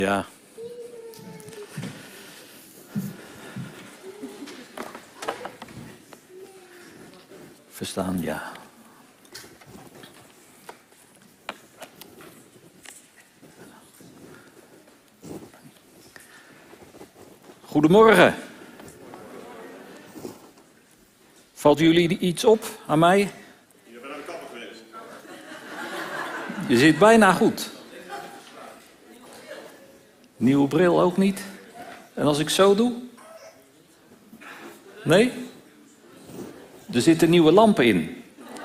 Ja. Verstaan, ja. Goedemorgen. Valt jullie iets op aan mij? Je bent naar de kapper geweest. Je zit bijna goed. Nieuwe bril ook niet. En als ik zo doe? Nee? Er zitten nieuwe lampen in.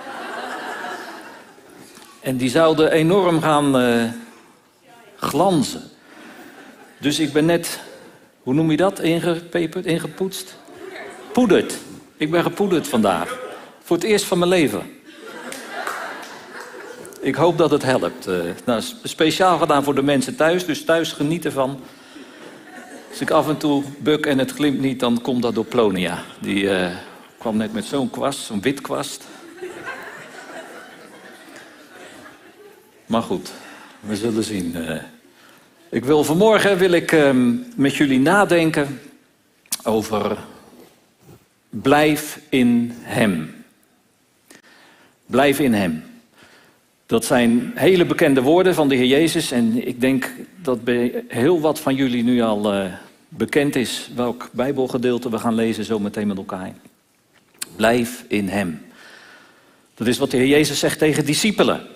En die zouden enorm gaan glanzen. Dus ik ben net, hoe noem je dat? Ingepeperd, ingepoetst? Poederd. Ik ben gepoederd vandaag. Voor het eerst van mijn leven. Ik hoop dat het helpt. Speciaal gedaan voor de mensen thuis, dus thuis genieten van. Als ik af en toe buk en het glimt niet, dan komt dat door Plonia. Die kwam net met zo'n kwast, zo'n wit kwast. Maar goed, we zullen zien. Vanmorgen wil ik met jullie nadenken over blijf in hem. Blijf in hem. Dat zijn hele bekende woorden van de Heer Jezus. En ik denk dat bij heel wat van jullie nu al bekend is welk Bijbelgedeelte we gaan lezen zo meteen met elkaar. Blijf in hem. Dat is wat de Heer Jezus zegt tegen discipelen.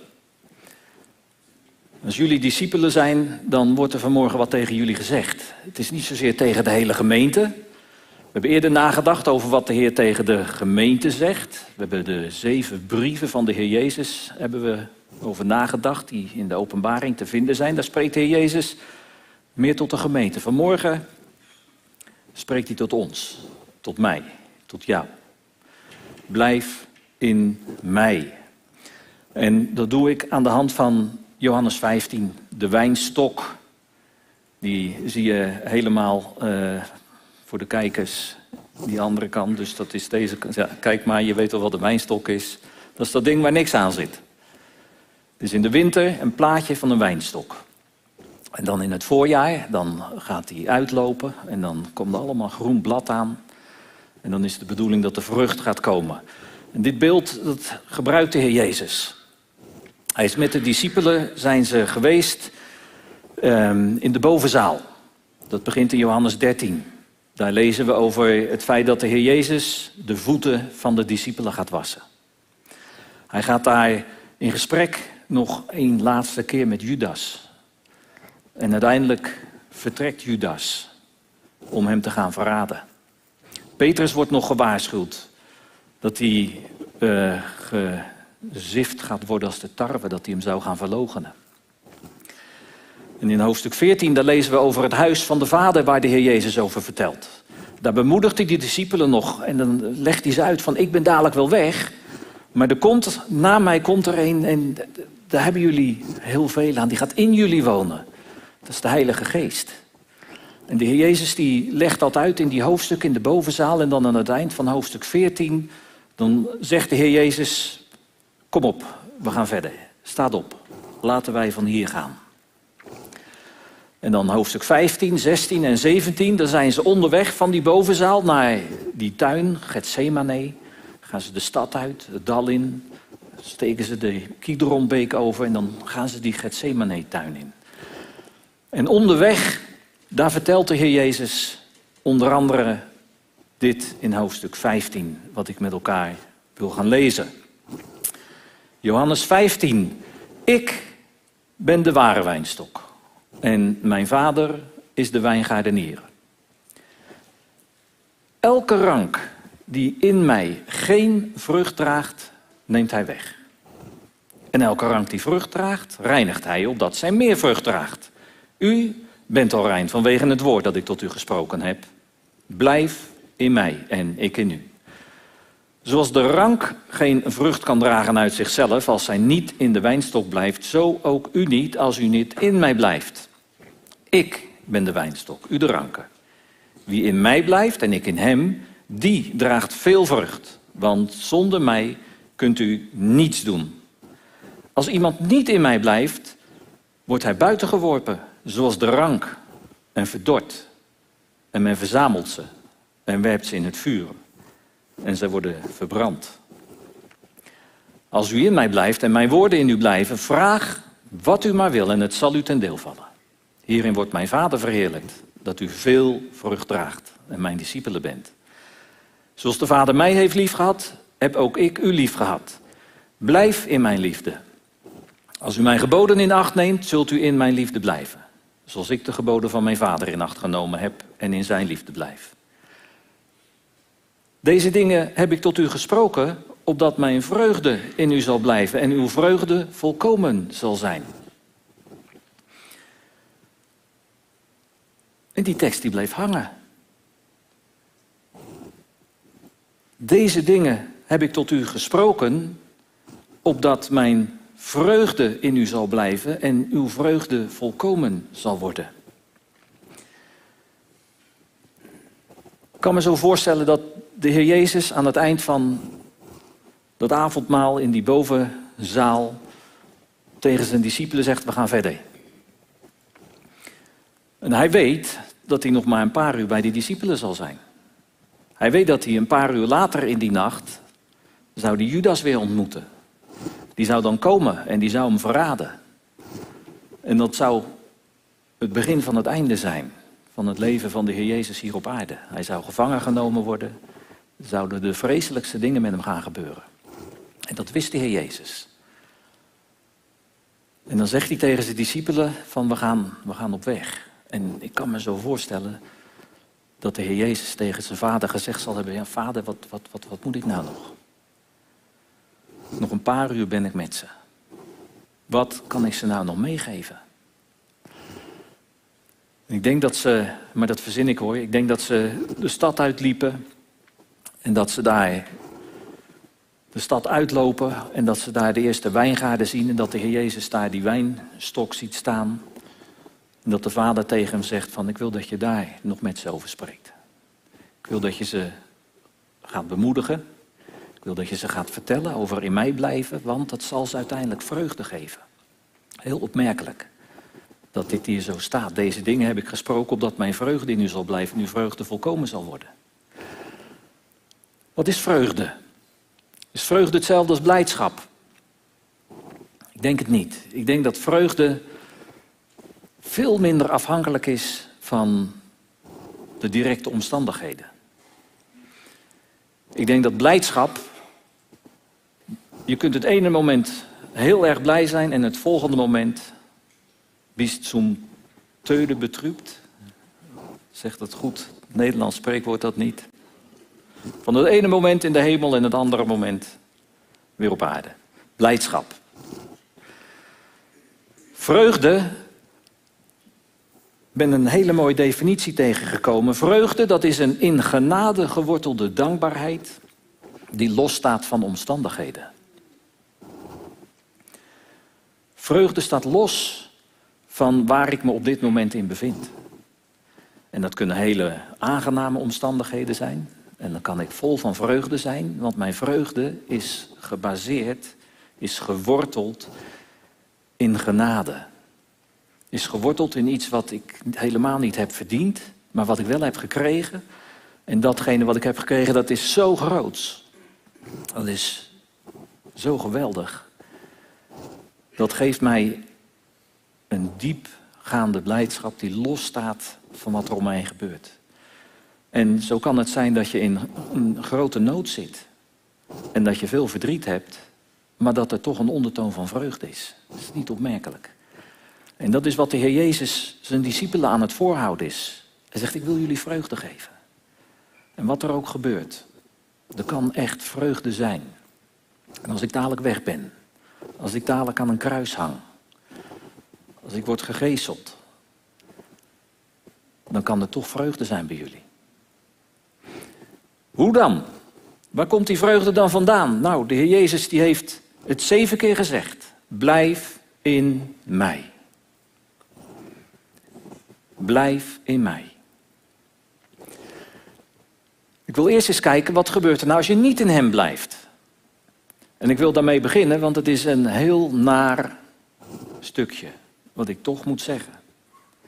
Als jullie discipelen zijn, dan wordt er vanmorgen wat tegen jullie gezegd. Het is niet zozeer tegen de hele gemeente. We hebben eerder nagedacht over wat de Heer tegen de gemeente zegt. We hebben de 7 brieven van de Heer Jezus hebben we over nagedacht, die in de openbaring te vinden zijn. Daar spreekt de Heer Jezus meer tot de gemeente. Vanmorgen spreekt hij tot ons, tot mij, tot jou. Blijf in mij. En dat doe ik aan de hand van Johannes 15, de wijnstok. Die zie je helemaal voor de kijkers, die andere kant. Dus dat is deze kant. Ja, kijk maar, je weet wel wat de wijnstok is. Dat is dat ding waar niks aan zit. Het is in de winter een plaatje van een wijnstok. En dan in het voorjaar, dan gaat die uitlopen. En dan komt er allemaal groen blad aan. En dan is de bedoeling dat de vrucht gaat komen. En dit beeld, dat gebruikt de Heer Jezus. Hij is met de discipelen, zijn ze geweest in de bovenzaal. Dat begint in Johannes 13. Daar lezen we over het feit dat de Heer Jezus de voeten van de discipelen gaat wassen. Hij gaat daar in gesprek nog een laatste keer met Judas. En uiteindelijk vertrekt Judas om hem te gaan verraden. Petrus wordt nog gewaarschuwd dat hij gezift gaat worden als de tarwe, dat hij hem zou gaan verloochenen. En in hoofdstuk 14, daar lezen we over het huis van de Vader waar de Heer Jezus over vertelt. Daar bemoedigt hij die discipelen nog en dan legt hij ze uit van ik ben dadelijk wel weg, maar na mij komt er een en daar hebben jullie heel veel aan. Die gaat in jullie wonen. Dat is de Heilige Geest. En de Heer Jezus die legt dat uit in die hoofdstuk in de bovenzaal en dan aan het eind van hoofdstuk 14, dan zegt de Heer Jezus, kom op, we gaan verder. Staat op, laten wij van hier gaan. En dan hoofdstuk 15, 16 en 17, dan zijn ze onderweg van die bovenzaal naar die tuin, Getsemane. Gaan ze de stad uit, het dal in, steken ze de Kidronbeek over en dan gaan ze die Getsemane-tuin in. En onderweg, daar vertelt de Heer Jezus onder andere dit in hoofdstuk 15, wat ik met elkaar wil gaan lezen. Johannes 15, ik ben de ware wijnstok. En mijn Vader is de wijngaardenier. Elke rank die in mij geen vrucht draagt, neemt hij weg. En elke rank die vrucht draagt, reinigt hij, opdat zij meer vrucht draagt. U bent al rein vanwege het woord dat ik tot u gesproken heb. Blijf in mij en ik in u. Zoals de rank geen vrucht kan dragen uit zichzelf als zij niet in de wijnstok blijft, zo ook u niet als u niet in mij blijft. Ik ben de wijnstok, u de ranken. Wie in mij blijft en ik in hem, die draagt veel vrucht. Want zonder mij kunt u niets doen. Als iemand niet in mij blijft, wordt hij buiten geworpen zoals de rank en verdort. En men verzamelt ze en werpt ze in het vuur. En zij worden verbrand. Als u in mij blijft en mijn woorden in u blijven, vraag wat u maar wil en het zal u ten deel vallen. Hierin wordt mijn Vader verheerlijkt, dat u veel vrucht draagt en mijn discipelen bent. Zoals de Vader mij heeft liefgehad, heb ook ik u liefgehad. Blijf in mijn liefde. Als u mijn geboden in acht neemt, zult u in mijn liefde blijven. Zoals ik de geboden van mijn Vader in acht genomen heb en in zijn liefde blijf. Deze dingen heb ik tot u gesproken, opdat mijn vreugde in u zal blijven en uw vreugde volkomen zal zijn. En die tekst die bleef hangen. Deze dingen heb ik tot u gesproken, opdat mijn vreugde in u zal blijven en uw vreugde volkomen zal worden. Ik kan me zo voorstellen dat de Heer Jezus aan het eind van dat avondmaal in die bovenzaal tegen zijn discipelen zegt, we gaan verder. En hij weet dat hij nog maar een paar uur bij die discipelen zal zijn. Hij weet dat hij een paar uur later in die nacht zou die Judas weer ontmoeten. Die zou dan komen en die zou hem verraden. En dat zou het begin van het einde zijn van het leven van de Heer Jezus hier op aarde. Hij zou gevangen genomen worden. Er zouden de vreselijkste dingen met hem gaan gebeuren. En dat wist de Heer Jezus. En dan zegt hij tegen zijn discipelen van we gaan op weg. En ik kan me zo voorstellen dat de Heer Jezus tegen zijn vader gezegd zal hebben, ja vader, wat moet ik nou nog? Nog een paar uur ben ik met ze. Wat kan ik ze nou nog meegeven? Ik denk dat ze, maar dat verzin ik hoor, ik denk dat ze de stad uitliepen en dat ze daar de stad uitlopen en dat ze daar de eerste wijngaarden zien en dat de Heer Jezus daar die wijnstok ziet staan. En dat de vader tegen hem zegt van ik wil dat je daar nog met ze over spreekt. Ik wil dat je ze gaat bemoedigen. Ik wil dat je ze gaat vertellen over in mij blijven, want dat zal ze uiteindelijk vreugde geven. Heel opmerkelijk dat dit hier zo staat. Deze dingen heb ik gesproken opdat mijn vreugde in u zal blijven en uw vreugde volkomen zal worden. Wat is vreugde? Is vreugde hetzelfde als blijdschap? Ik denk het niet. Ik denk dat vreugde veel minder afhankelijk is van de directe omstandigheden. Ik denk dat blijdschap, je kunt het ene moment heel erg blij zijn en het volgende moment bist zum Tode betrübt. Zegt dat goed, Nederlands spreekwoord dat niet. Van het ene moment in de hemel en het andere moment weer op aarde. Blijdschap. Vreugde, ik ben een hele mooie definitie tegengekomen. Vreugde, dat is een in genade gewortelde dankbaarheid die losstaat van omstandigheden. Vreugde staat los van waar ik me op dit moment in bevind. En dat kunnen hele aangename omstandigheden zijn. En dan kan ik vol van vreugde zijn, want mijn vreugde is gebaseerd, is geworteld in genade. Is geworteld in iets wat ik helemaal niet heb verdiend, maar wat ik wel heb gekregen. En datgene wat ik heb gekregen, dat is zo groots. Dat is zo geweldig. Dat geeft mij een diepgaande blijdschap die losstaat van wat er om mij heen gebeurt. En zo kan het zijn dat je in een grote nood zit. En dat je veel verdriet hebt, maar dat er toch een ondertoon van vreugde is. Dat is niet opmerkelijk. En dat is wat de Heer Jezus zijn discipelen aan het voorhouden is. Hij zegt, ik wil jullie vreugde geven. En wat er ook gebeurt, er kan echt vreugde zijn. En als ik dadelijk weg ben, als ik dadelijk aan een kruis hang, als ik word gegezeld, dan kan er toch vreugde zijn bij jullie. Hoe dan? Waar komt die vreugde dan vandaan? Nou, de Heer Jezus die heeft het 7 keer gezegd. Blijf in mij. Blijf in mij. Ik wil eerst eens kijken, wat gebeurt er nou als je niet in hem blijft? En ik wil daarmee beginnen, want het is een heel naar stukje, wat ik toch moet zeggen.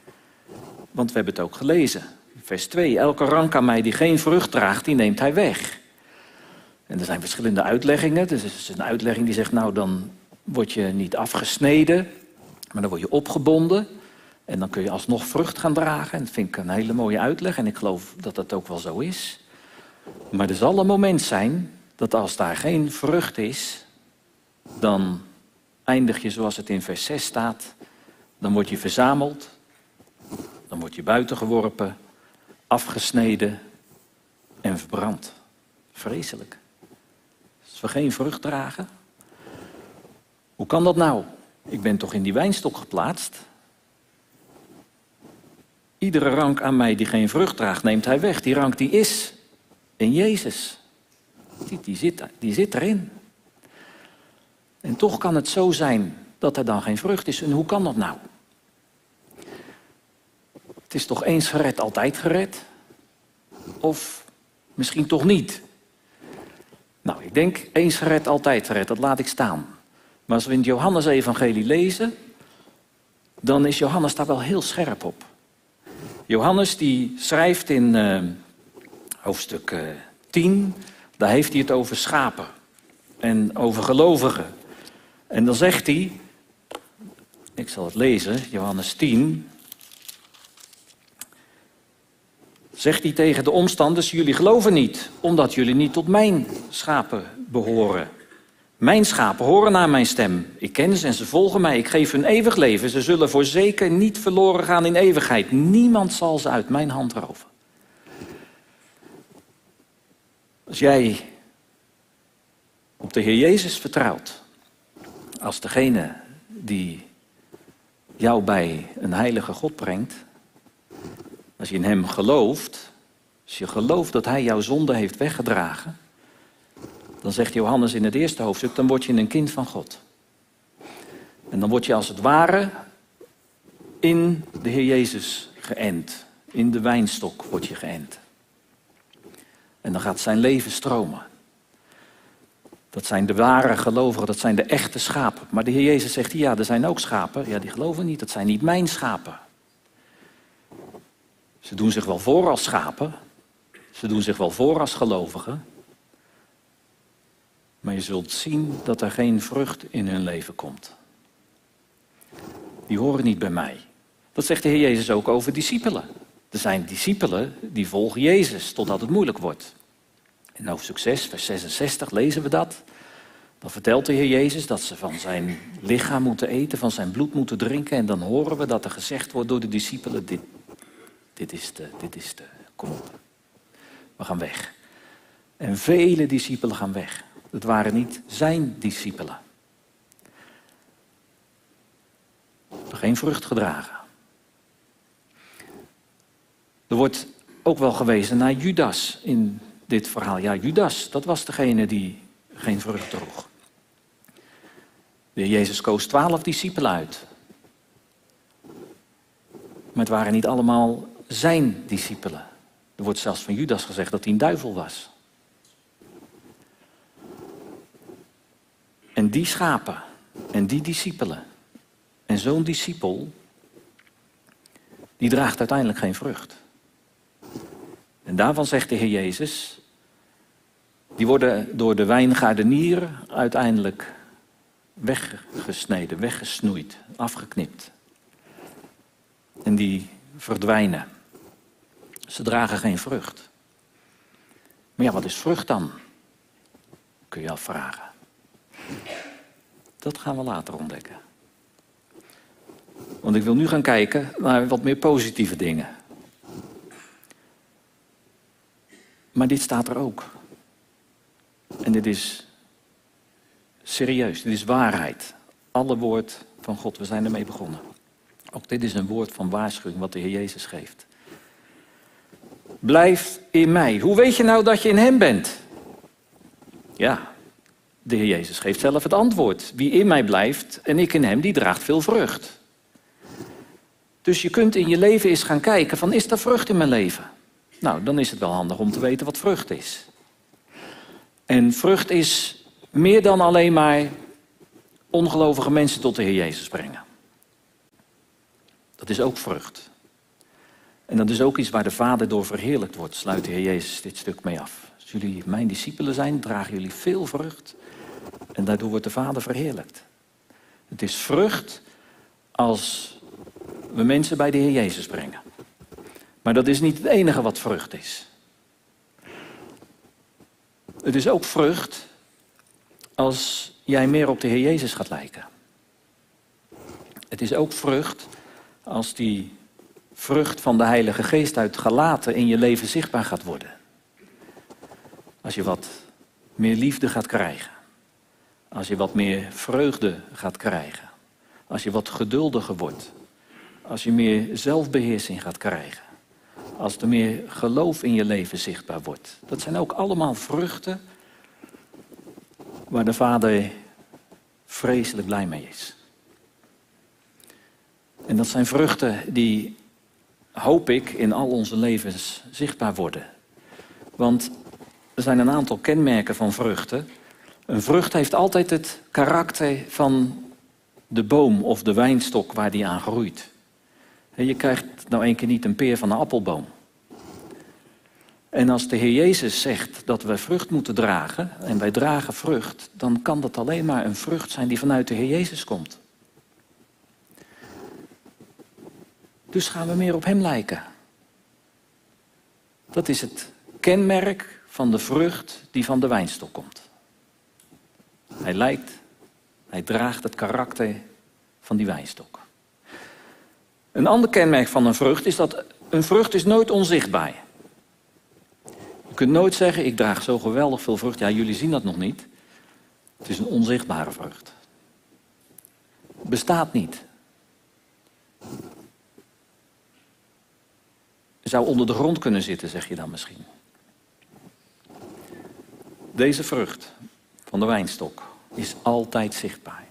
Want we hebben het ook gelezen. Vers 2, elke rank aan mij die geen vrucht draagt, die neemt hij weg. En er zijn verschillende uitleggingen. Dus er is een uitlegging die zegt, nou dan word je niet afgesneden, maar dan word je opgebonden. En dan kun je alsnog vrucht gaan dragen. En dat vind ik een hele mooie uitleg en ik geloof dat dat ook wel zo is. Maar er zal een moment zijn dat als daar geen vrucht is, dan eindig je zoals het in vers 6 staat. Dan word je verzameld, dan word je buiten geworpen, afgesneden en verbrand. Vreselijk. Als we geen vrucht dragen. Hoe kan dat nou? Ik ben toch in die wijnstok geplaatst? Iedere rank aan mij die geen vrucht draagt, neemt hij weg. Die rank die is in Jezus. Die zit erin. En toch kan het zo zijn dat er dan geen vrucht is. En hoe kan dat nou? Het is toch eens gered, altijd gered? Of misschien toch niet? Nou, ik denk eens gered, altijd gered. Dat laat ik staan. Maar als we in het Johannes-evangelie lezen, dan is Johannes daar wel heel scherp op. Johannes die schrijft in hoofdstuk 10, daar heeft hij het over schapen en over gelovigen. En dan zegt hij, ik zal het lezen, Johannes 10, zegt hij tegen de omstanders, jullie geloven niet, omdat jullie niet tot mijn schapen behoren. Mijn schapen horen naar mijn stem. Ik ken ze en ze volgen mij. Ik geef hun eeuwig leven. Ze zullen voorzeker niet verloren gaan in eeuwigheid. Niemand zal ze uit mijn hand roven. Als jij op de Heer Jezus vertrouwt, als degene die jou bij een heilige God brengt, als je in hem gelooft, als je gelooft dat hij jouw zonde heeft weggedragen, dan zegt Johannes in het eerste hoofdstuk, dan word je een kind van God. En dan word je als het ware in de Heer Jezus geënt. In de wijnstok word je geënt. En dan gaat zijn leven stromen. Dat zijn de ware gelovigen, dat zijn de echte schapen. Maar de Heer Jezus zegt, ja, er zijn ook schapen. Ja, die geloven niet, dat zijn niet mijn schapen. Ze doen zich wel voor als schapen. Ze doen zich wel voor als gelovigen. Maar je zult zien dat er geen vrucht in hun leven komt. Die horen niet bij mij. Dat zegt de Heer Jezus ook over discipelen. Er zijn discipelen die volgen Jezus totdat het moeilijk wordt. In hoofdstuk 6, vers 66 lezen we dat. Dan vertelt de Heer Jezus dat ze van zijn lichaam moeten eten, van zijn bloed moeten drinken. En dan horen we dat er gezegd wordt door de discipelen, dit is de, kom op. We gaan weg. En vele discipelen gaan weg. Het waren niet zijn discipelen. Geen vrucht gedragen. Er wordt ook wel gewezen naar Judas in dit verhaal. Ja, Judas, dat was degene die geen vrucht droeg. De Heer Jezus koos 12 discipelen uit. Maar het waren niet allemaal zijn discipelen. Er wordt zelfs van Judas gezegd dat hij een duivel was. En die schapen en die discipelen en zo'n discipel, die draagt uiteindelijk geen vrucht. En daarvan zegt de Heer Jezus, die worden door de wijngaardenier uiteindelijk weggesneden, weggesnoeid, afgeknipt. En die verdwijnen. Ze dragen geen vrucht. Maar ja, wat is vrucht dan? Kun je afvragen. Dat gaan we later ontdekken. Want ik wil nu gaan kijken naar wat meer positieve dingen. Maar dit staat er ook. En dit is serieus, dit is waarheid. Alle woord van God, we zijn ermee begonnen. Ook dit is een woord van waarschuwing wat de Heer Jezus geeft. Blijf in mij. Hoe weet je nou dat je in hem bent? Ja, de Heer Jezus geeft zelf het antwoord. Wie in mij blijft en ik in hem, die draagt veel vrucht. Dus je kunt in je leven eens gaan kijken van, is er vrucht in mijn leven? Nou, dan is het wel handig om te weten wat vrucht is. En vrucht is meer dan alleen maar ongelovige mensen tot de Heer Jezus brengen. Dat is ook vrucht. En dat is ook iets waar de Vader door verheerlijkt wordt, sluit de Heer Jezus dit stuk mee af. Als jullie mijn discipelen zijn, dragen jullie veel vrucht en daardoor wordt de Vader verheerlijkt. Het is vrucht als we mensen bij de Heer Jezus brengen. Maar dat is niet het enige wat vrucht is. Het is ook vrucht als jij meer op de Heer Jezus gaat lijken. Het is ook vrucht als die vrucht van de Heilige Geest uit Galaten in je leven zichtbaar gaat worden. Als je wat meer liefde gaat krijgen. Als je wat meer vreugde gaat krijgen. Als je wat geduldiger wordt. Als je meer zelfbeheersing gaat krijgen. Als er meer geloof in je leven zichtbaar wordt. Dat zijn ook allemaal vruchten waar de Vader vreselijk blij mee is. En dat zijn vruchten die, hoop ik, in al onze levens zichtbaar worden. Want er zijn een aantal kenmerken van vruchten. Een vrucht heeft altijd het karakter van de boom of de wijnstok waar die aan groeit. En je krijgt nou een keer niet een peer van een appelboom. En als de Heer Jezus zegt dat we vrucht moeten dragen, en wij dragen vrucht, dan kan dat alleen maar een vrucht zijn die vanuit de Heer Jezus komt. Dus gaan we meer op hem lijken. Dat is het kenmerk van de vrucht die van de wijnstok komt. Hij lijkt, hij draagt het karakter van die wijnstok. Een ander kenmerk van een vrucht is dat een vrucht is nooit onzichtbaar. Je kunt nooit zeggen, ik draag zo geweldig veel vrucht. Ja, jullie zien dat nog niet. Het is een onzichtbare vrucht. Bestaat niet. Zou onder de grond kunnen zitten, zeg je dan misschien. Deze vrucht van de wijnstok is altijd zichtbaar.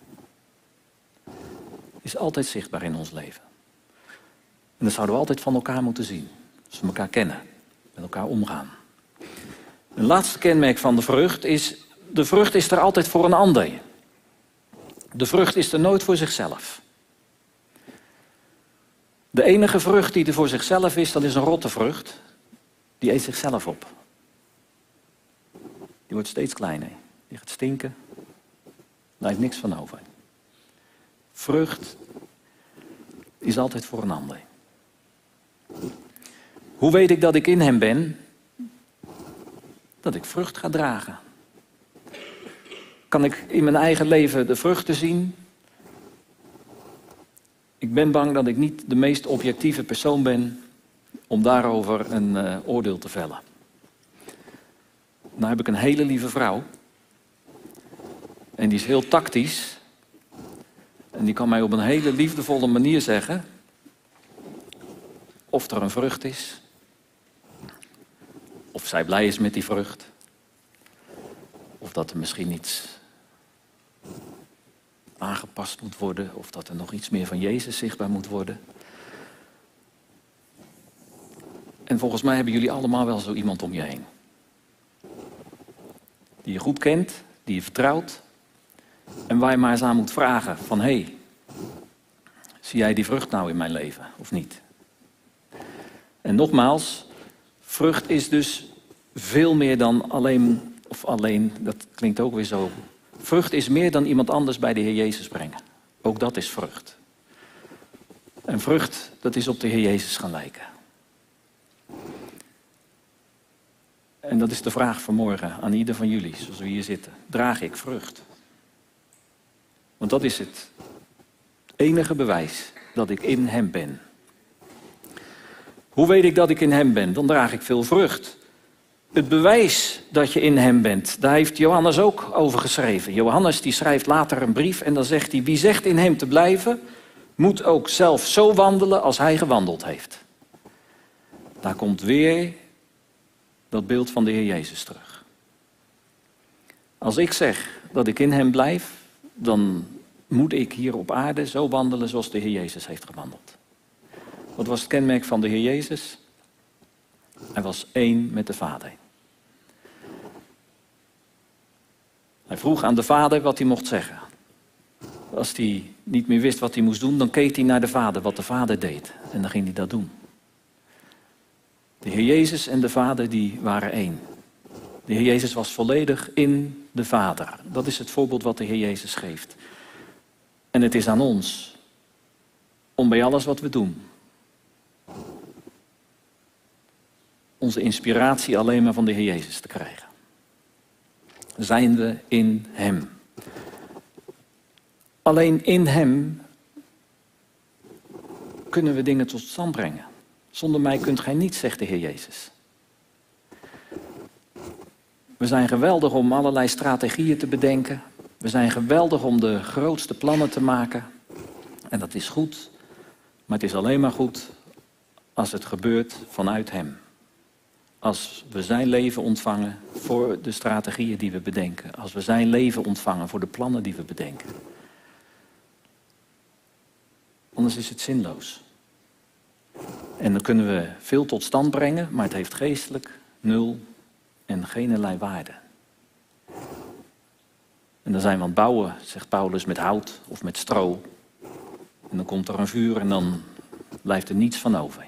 Is altijd zichtbaar in ons leven. En dat zouden we altijd van elkaar moeten zien. Als we elkaar kennen, met elkaar omgaan. Een laatste kenmerk van de vrucht is, de vrucht is er altijd voor een ander. De vrucht is er nooit voor zichzelf. De enige vrucht die er voor zichzelf is, dat is een rotte vrucht. Die eet zichzelf op. Die wordt steeds kleiner. Die gaat stinken. Daar heeft niks van over. Vrucht is altijd voor een ander. Hoe weet ik dat ik in hem ben? Dat ik vrucht ga dragen. Kan ik in mijn eigen leven de vruchten zien? Ik ben bang dat ik niet de meest objectieve persoon ben om daarover een oordeel te vellen. Nou heb ik een hele lieve vrouw. En die is heel tactisch. En die kan mij op een hele liefdevolle manier zeggen of er een vrucht is. Of zij blij is met die vrucht. Of dat er misschien iets aangepast moet worden. Of dat er nog iets meer van Jezus zichtbaar moet worden. En volgens mij hebben jullie allemaal wel zo iemand om je heen. Die je goed kent, die je vertrouwt. En waar je maar eens aan moet vragen van, hé, zie jij die vrucht nou in mijn leven of niet? En nogmaals, vrucht is dus veel meer dan alleen, dat klinkt ook weer zo. Vrucht is meer dan iemand anders bij de Heer Jezus brengen. Ook dat is vrucht. En vrucht, dat is op de Heer Jezus gaan lijken. En dat is de vraag vanmorgen aan ieder van jullie, zoals we hier zitten. Draag ik vrucht? Want dat is het enige bewijs dat ik in hem ben. Hoe weet ik dat ik in hem ben? Dan draag ik veel vrucht. Het bewijs dat je in hem bent, daar heeft Johannes ook over geschreven. Johannes die schrijft later een brief en dan zegt hij, wie zegt in hem te blijven, moet ook zelf zo wandelen als hij gewandeld heeft. Daar komt weer dat beeld van de Heer Jezus terug. Als ik zeg dat ik in hem blijf, dan moet ik hier op aarde zo wandelen zoals de Heer Jezus heeft gewandeld. Wat was het kenmerk van de Heer Jezus? Hij was één met de Vader. Hij vroeg aan de Vader wat hij mocht zeggen. Als hij niet meer wist wat hij moest doen, dan keek hij naar de Vader, wat de Vader deed. En dan ging hij dat doen. Heer Jezus en de Vader die waren één. De Heer Jezus was volledig in de Vader. Dat is het voorbeeld wat de Heer Jezus geeft. En het is aan ons om bij alles wat we doen onze inspiratie alleen maar van de Heer Jezus te krijgen. Zijn we in Hem. Alleen in Hem kunnen we dingen tot stand brengen. Zonder mij kunt gij niets, zegt de Heer Jezus. We zijn geweldig om allerlei strategieën te bedenken. We zijn geweldig om de grootste plannen te maken. En dat is goed. Maar het is alleen maar goed als het gebeurt vanuit Hem. Als we zijn leven ontvangen voor de strategieën die we bedenken. Als we zijn leven ontvangen voor de plannen die we bedenken. Anders is het zinloos. En dan kunnen we veel tot stand brengen, maar het heeft geestelijk nul en geenerlei waarde. En dan zijn we aan het bouwen, zegt Paulus, met hout of met stro. En dan komt er een vuur en dan blijft er niets van over.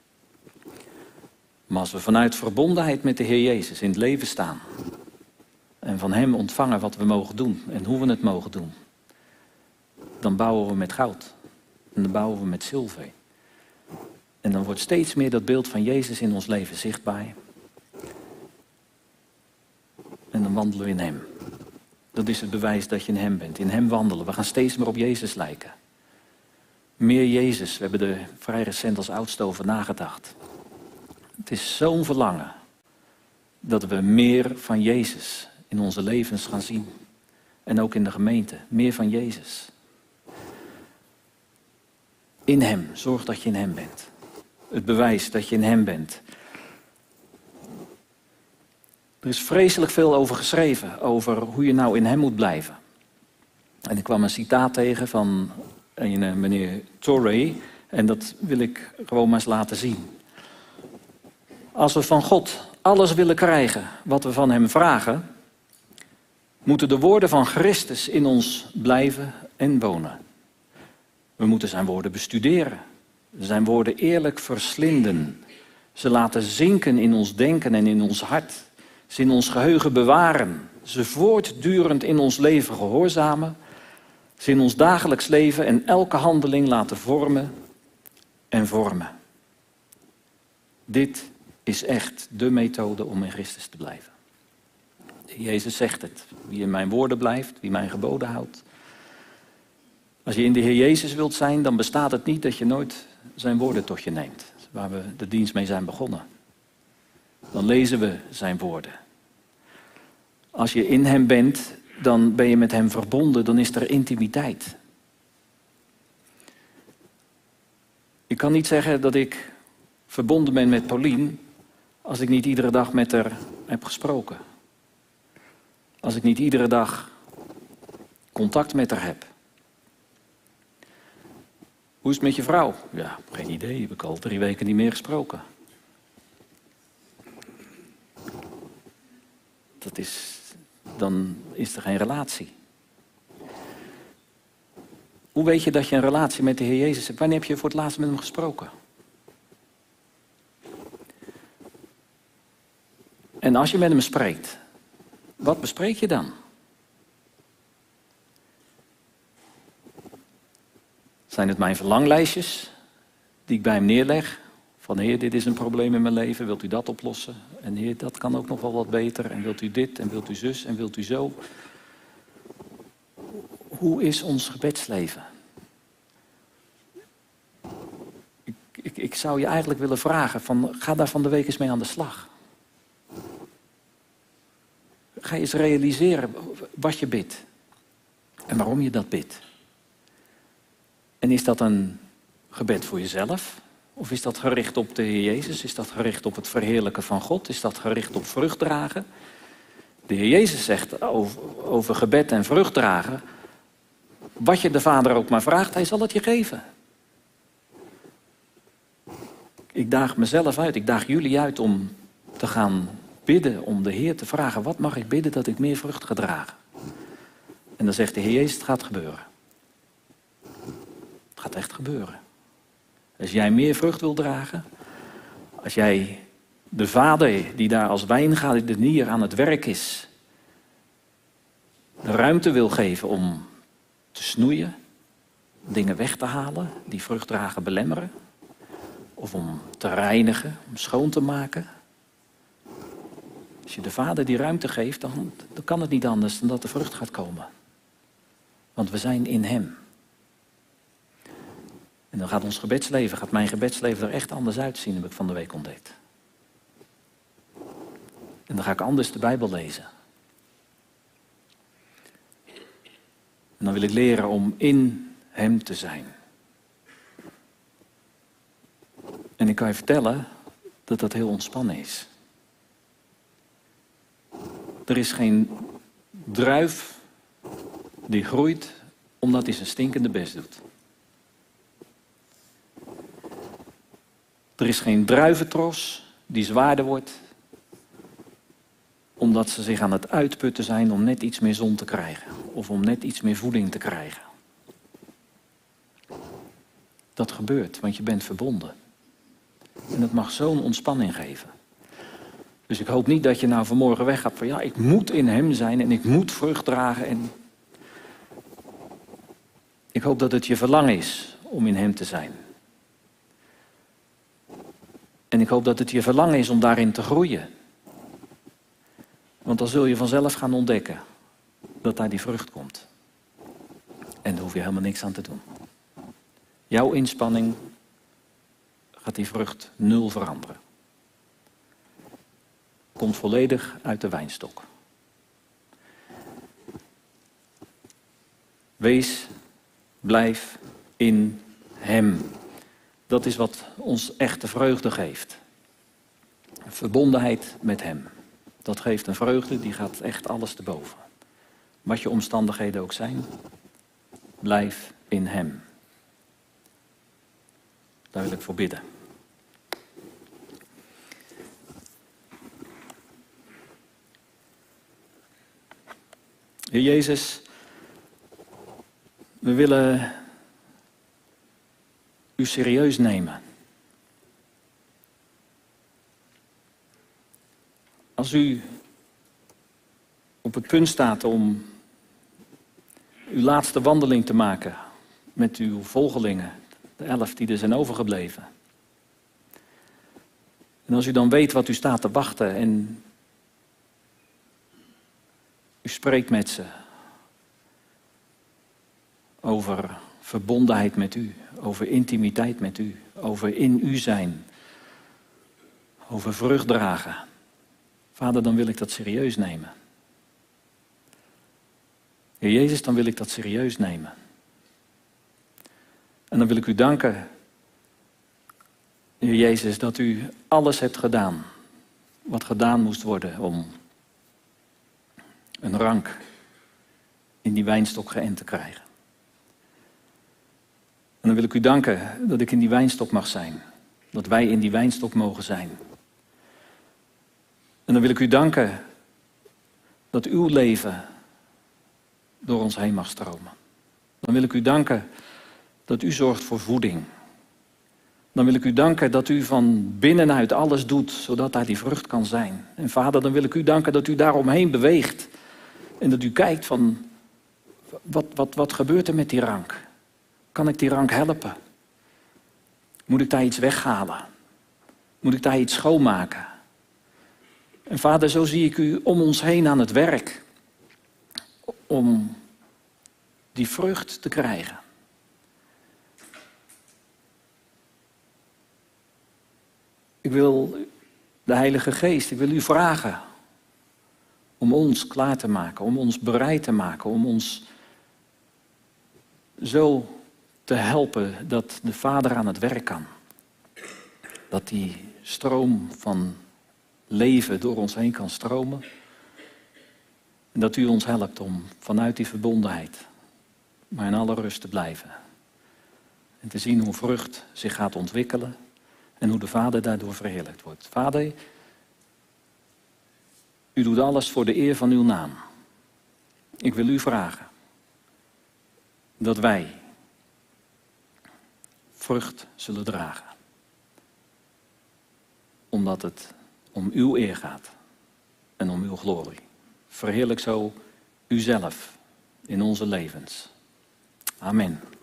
Maar als we vanuit verbondenheid met de Heer Jezus in het leven staan en van Hem ontvangen wat we mogen doen en hoe we het mogen doen, dan bouwen we met goud en dan bouwen we met zilver. En dan wordt steeds meer dat beeld van Jezus in ons leven zichtbaar. En dan wandelen we in Hem. Dat is het bewijs dat je in Hem bent. In Hem wandelen. We gaan steeds meer op Jezus lijken. Meer Jezus. We hebben er vrij recent als oudste over nagedacht. Het is zo'n verlangen dat we meer van Jezus in onze levens gaan zien. En ook in de gemeente. Meer van Jezus. In Hem. Zorg dat je in Hem bent. Het bewijs dat je in Hem bent. Er is vreselijk veel over geschreven, over hoe je nou in Hem moet blijven. En ik kwam een citaat tegen van een meneer Torrey, en dat wil ik gewoon maar eens laten zien. Als we van God alles willen krijgen wat we van Hem vragen, moeten de woorden van Christus in ons blijven en wonen. We moeten zijn woorden bestuderen, zijn woorden eerlijk verslinden, ze laten zinken in ons denken en in ons hart. Ze in ons geheugen bewaren, ze voortdurend in ons leven gehoorzamen, ze in ons dagelijks leven en elke handeling laten vormen en vormen. Dit is echt de methode om in Christus te blijven. Jezus zegt het, wie in mijn woorden blijft, wie mijn geboden houdt. Als je in de Heer Jezus wilt zijn, dan bestaat het niet dat je nooit zijn woorden tot je neemt, waar we de dienst mee zijn begonnen. Dan lezen we zijn woorden. Als je in Hem bent, dan ben je met Hem verbonden, dan is er intimiteit. Ik kan niet zeggen dat ik verbonden ben met Paulien als ik niet iedere dag met haar heb gesproken. Als ik niet iedere dag contact met haar heb. Hoe is het met je vrouw? Ja, geen idee, heb ik al 3 weken niet meer gesproken. Dan is er geen relatie. Hoe weet je dat je een relatie met de Heer Jezus hebt? Wanneer heb je voor het laatst met Hem gesproken? En als je met Hem spreekt, wat bespreek je dan? Zijn het mijn verlanglijstjes die ik bij Hem neerleg? Van Heer, dit is een probleem in mijn leven, wilt u dat oplossen? En Heer, dat kan ook nog wel wat beter. En wilt u dit, en wilt u zus, en wilt u zo? Hoe is ons gebedsleven? Ik zou je eigenlijk willen vragen, ga daar van de week eens mee aan de slag. Ga je eens realiseren wat je bidt. En waarom je dat bidt. En is dat een gebed voor jezelf? Of is dat gericht op de Heer Jezus? Is dat gericht op het verheerlijken van God? Is dat gericht op vrucht dragen? De Heer Jezus zegt over gebed en vrucht dragen, wat je de Vader ook maar vraagt, Hij zal het je geven. Ik daag mezelf uit, ik daag jullie uit om te gaan bidden, om de Heer te vragen, wat mag ik bidden dat ik meer vrucht ga dragen? En dan zegt de Heer Jezus, het gaat gebeuren. Het gaat echt gebeuren. Als jij meer vrucht wil dragen, als jij de Vader die daar als wijngaardenier aan het werk is, de ruimte wil geven om te snoeien, dingen weg te halen die vruchtdragen belemmeren, of om te reinigen, om schoon te maken. Als je de Vader die ruimte geeft, dan kan het niet anders dan dat de vrucht gaat komen. Want we zijn in Hem. En dan gaat mijn gebedsleven er echt anders uitzien, heb ik van de week ontdekt. En dan ga ik anders de Bijbel lezen. En dan wil ik leren om in Hem te zijn. En ik kan je vertellen dat dat heel ontspannen is. Er is geen druif die groeit omdat hij zijn stinkende best doet. Er is geen druiventros die zwaarder wordt omdat ze zich aan het uitputten zijn om net iets meer zon te krijgen of om net iets meer voeding te krijgen. Dat gebeurt, want je bent verbonden. En dat mag zo'n ontspanning geven. Dus ik hoop niet dat je nou vanmorgen weggaat van ja, ik moet in Hem zijn en ik moet vrucht dragen. En ik hoop dat het je verlangen is om in Hem te zijn. En ik hoop dat het je verlangen is om daarin te groeien. Want dan zul je vanzelf gaan ontdekken dat daar die vrucht komt. En daar hoef je helemaal niks aan te doen. Jouw inspanning gaat die vrucht 0 veranderen. Komt volledig uit de wijnstok. Wees, blijf in Hem. Dat is wat ons echte vreugde geeft. Verbondenheid met Hem. Dat geeft een vreugde, die gaat echt alles te boven. Wat je omstandigheden ook zijn, blijf in Hem. Daar wil ik voor bidden. Heer Jezus, we willen U serieus nemen. Als U op het punt staat om uw laatste wandeling te maken met uw volgelingen, de 11 die er zijn overgebleven. En als U dan weet wat U staat te wachten en U spreekt met ze over verbondenheid met U, over intimiteit met U, over in U zijn, over vrucht dragen. Vader, dan wil ik dat serieus nemen. Heer Jezus, dan wil ik dat serieus nemen. En dan wil ik U danken, Heer Jezus, dat U alles hebt gedaan wat gedaan moest worden om een rank in die wijnstok geënt te krijgen. En dan wil ik U danken dat ik in die wijnstok mag zijn. Dat wij in die wijnstok mogen zijn. En dan wil ik U danken dat Uw leven door ons heen mag stromen. Dan wil ik U danken dat U zorgt voor voeding. Dan wil ik U danken dat U van binnenuit alles doet, zodat daar die vrucht kan zijn. En Vader, dan wil ik U danken dat U daaromheen beweegt. En dat U kijkt van, wat gebeurt er met die rank? Kan ik die rank helpen? Moet ik daar iets weghalen? Moet ik daar iets schoonmaken? En Vader, zo zie ik U om ons heen aan het werk. Om die vrucht te krijgen. Ik wil de Heilige Geest, ik wil U vragen om ons klaar te maken, om ons bereid te maken, om ons zo te helpen dat de Vader aan het werk kan. Dat die stroom van leven door ons heen kan stromen. En dat U ons helpt om vanuit die verbondenheid maar in alle rust te blijven. En te zien hoe vrucht zich gaat ontwikkelen en hoe de Vader daardoor verheerlijkt wordt. Vader, U doet alles voor de eer van Uw naam. Ik wil U vragen dat wij vrucht zullen dragen. Omdat het om uw eer gaat en om uw glorie. Verheerlijk zo uzelf in onze levens. Amen.